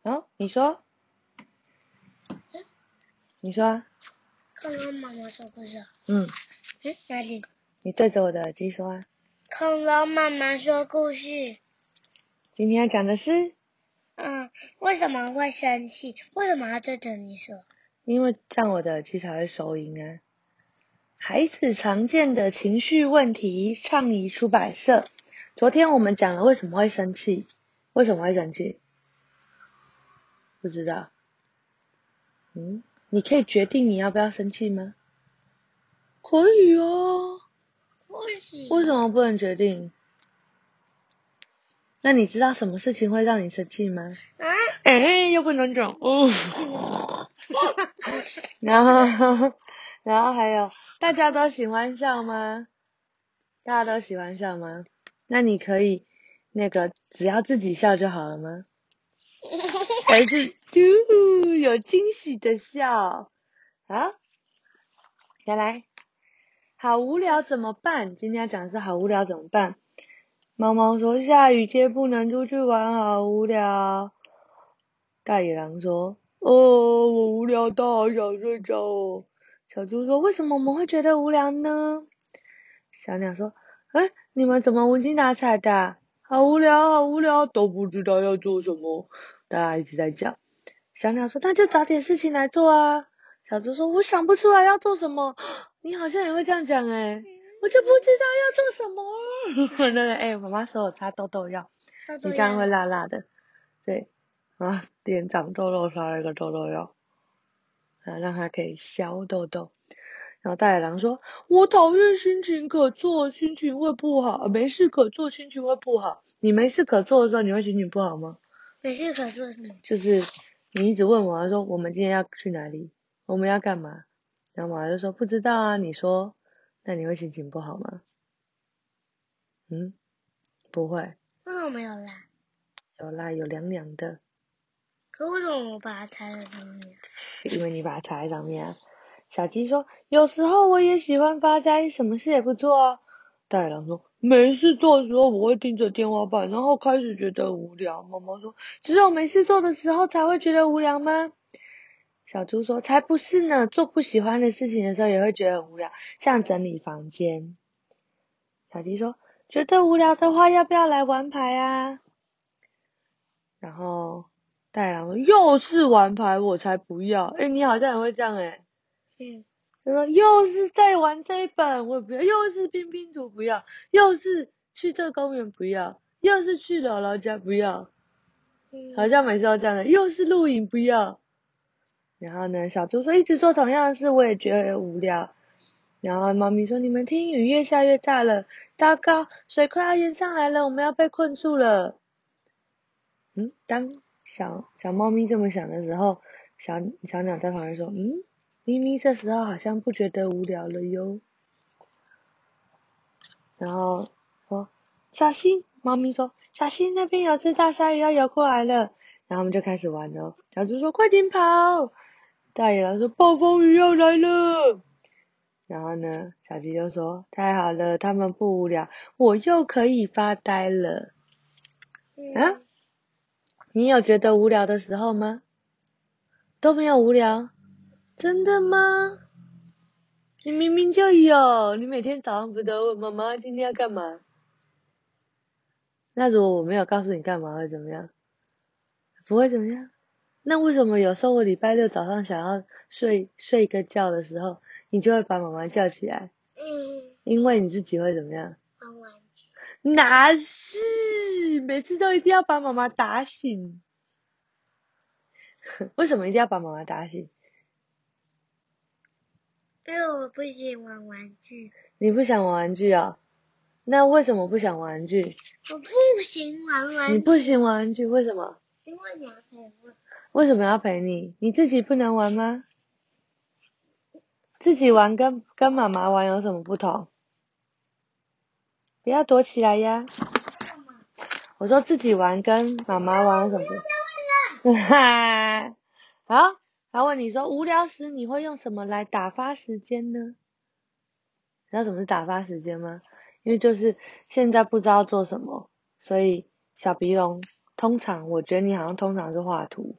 哦，你说啊。 刚刚妈妈说故事。哪里？ 你对着我的耳机说啊。 恐龙妈妈说故事。 今天要讲的是， 为什么会生气？为什么要对着你说？ 因为这样我的耳机才会收音啊。孩子常见的情绪问题，倡议出版社。昨天我们讲了为什么会生气，为什么会生气？不知道。你可以决定你要不要生气吗？可以哦。 不行。 为什么不能决定？那你知道什么事情会让你生气吗？又不能讲哦。然后还有，大家都喜欢笑吗？大家都喜欢笑吗？那你可以只要自己笑就好了吗？还是有惊喜的笑？好，再来。好无聊怎么办？今天要讲的是好无聊怎么办。猫猫说下雨天不能出去玩，好无聊。大野狼说我无聊到好想睡觉哦。小猪说为什么我们会觉得无聊呢？小鸟说你们怎么无精打采的？好无聊好无聊，都不知道要做什么。大家一直在讲。小鸟说那就找点事情来做啊。小猪说我想不出来要做什么。你好像也会这样讲我就不知道要做什么。对，妈妈说我擦痘痘药，你这样会辣辣的。对脸长痘痘擦了一个痘痘药，让它可以消痘痘。然后大野狼说我讨厌心情可做，心情会不好。没事可做，心情会不好。你没事可做的时候，你会心情不好吗？ 没事可做什么？ 就是你一直问我说我们今天要去哪里，我们要干嘛，然后妈妈就说不知道啊，你说，那你会心情不好吗？不会。 为什么没有啦？ 有啦，有凉凉的。 可为什么我把它插在上面？ 因为你把它插在上面啊。小鸡说有时候我也喜欢发呆，什么事也不做啊。大野狼说没事做的时候我会盯着天花板，然后开始觉得无聊。妈妈说只有没事做的时候才会觉得无聊吗？小猪说才不是呢，做不喜欢的事情的时候也会觉得很无聊，像整理房间。小鸡说觉得无聊的话要不要来玩牌啊？然后大野狼说又是玩牌，我才不要。你好像也会这样他说又是在玩这一本，我不要，又是拼拼图不要，又是去这公园不要，又是去姥姥家不要。好像每次都这样又是露营不要。然后呢，小猪说一直做同样的事我也觉得无聊。然后猫咪说你们听，雨越下越大了，糟糕，水快要淹上来了，我们要被困住了。当小猫咪这么想的时候，小鸟在旁边说咪咪这时候好像不觉得无聊了哟。然后说小心，猫咪说小心，那边有只大鲨鱼要游过来了。然后我们就开始玩了。小猪说快点跑。大野狼说暴风雨要来了。然后呢，小鸡就说太好了，他们不无聊，我又可以发呆了。你有觉得无聊的时候吗？都没有无聊？真的吗？你明明就有，你每天早上不都问妈妈今天要干嘛？那如果我没有告诉你干嘛会怎么样？不会怎么样。那为什么有时候我礼拜六早上想要睡一个觉的时候，你就会把妈妈叫起来？因为你自己会怎么样？ 玩玩具。 哪是每次都一定要把妈妈打醒？为什么一定要把妈妈打醒？ 因为我不喜欢玩具。 你不想玩玩具啊？那为什么不想玩玩具？ 我不喜欢玩具。 你不喜欢玩玩具，为什么？ 因为你要陪我。 为什么要陪你？你自己不能玩吗？自己玩跟妈妈玩有什么不同？不要躲起来呀！我说自己玩跟妈妈玩有什么不同？好，他问你说无聊时你会用什么来打发时间呢？知道什么是打发时间吗？因为就是现在不知道做什么，所以小鼻龙通常我觉得你好像通常是画图，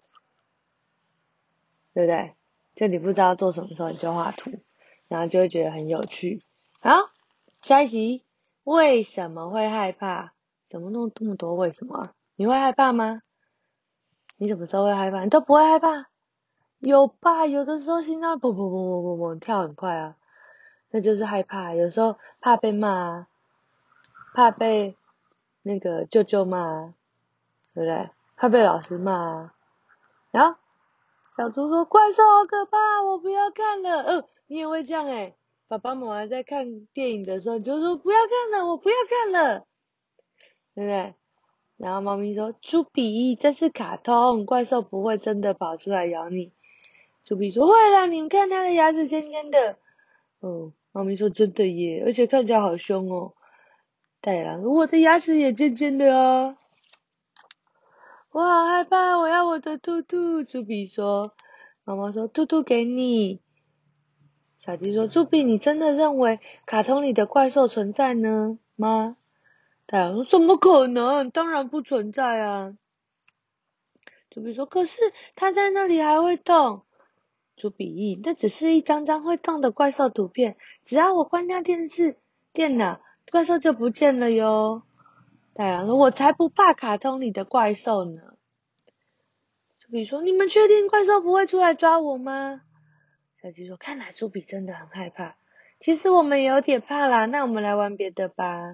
对不对？就你不知道做什么时候你就画图，然后就会觉得很有趣。好，下一集，为什么会害怕？怎么弄这么多为什么啊？你会害怕吗？你什么时候会害怕？你都不会害怕？有吧？有的时候心脏砰砰砰砰砰砰跳很快啊，那就是害怕。有时候怕被骂啊，怕被那个舅舅骂啊，对不对？怕被老师骂啊。然后小猪说：“怪兽好可怕，我不要看了。”你也会这样欸。爸爸妈妈在看电影的时候，你就说不要看了，我不要看了，对不对？然后猫咪说：“猪比，这是卡通，怪兽不会真的跑出来咬你。”猪比说：“会啦，你们看它的牙齿尖尖的。”猫咪说：“真的耶，而且看起来好凶哦。”大野狼说：“我的牙齿也尖尖的啊。”我好害怕，我要我的兔兔。猪比说：“妈妈说，兔兔给你。”小鸡说：“猪比，你真的认为卡通里的怪兽存在呢吗？”大野狼说：“怎么可能？当然不存在啊。”猪比说：“可是它在那里还会动。”猪比，那只是一张张会动的怪兽图片，只要我关掉电脑，怪兽就不见了哟。大野狼说：“我才不怕卡通里的怪兽呢。”猪比说：“你们确定怪兽不会出来抓我吗？”小鸡说：“看来猪比真的很害怕。其实我们也有点怕啦，那我们来玩别的吧。”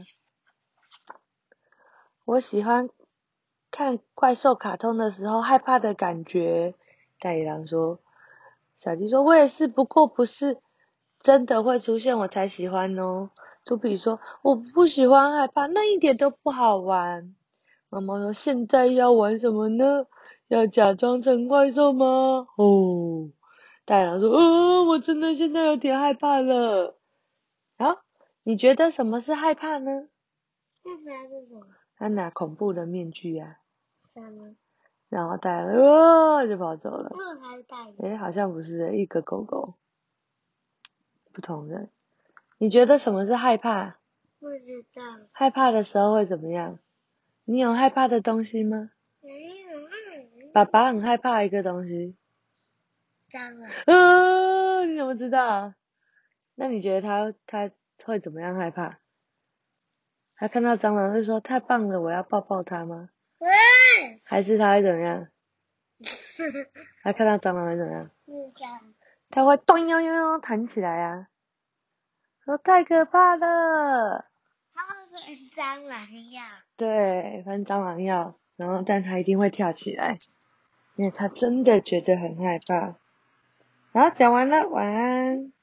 我喜欢看怪兽卡通的时候害怕的感觉。大野狼说。小鸡说：“我也是，不过不是真的会出现我才喜欢哦。”猪比说：“我不喜欢害怕，那一点都不好玩。”妈妈说：“现在要玩什么呢？要假装成怪兽吗？”大野狼说：“我真的现在有点害怕了。”好，你觉得什么是害怕呢？ 害怕是什么？ 他拿恐怖的面具啊， 什么？ 然后大野狼就跑走了。 那还是大人？ 好像不是一个狗狗，不同人。你觉得什么是害怕？ 不知道。 害怕的时候会怎么样？你有害怕的东西吗？ 没有。 爸爸很害怕一个东西。 蟑螂。 你怎么知道？那你觉得他会怎么样害怕？他看到蟑螂会说太棒了，我要抱抱它吗？还是他会怎么样？他看到蟑螂会怎么样？他会咚悠悠悠弹起来啊，说太可怕了。 他会说蟑螂药。 对，翻蟑螂药，然后但他一定会跳起来，因为他真的觉得很害怕。好，讲完了，晚安。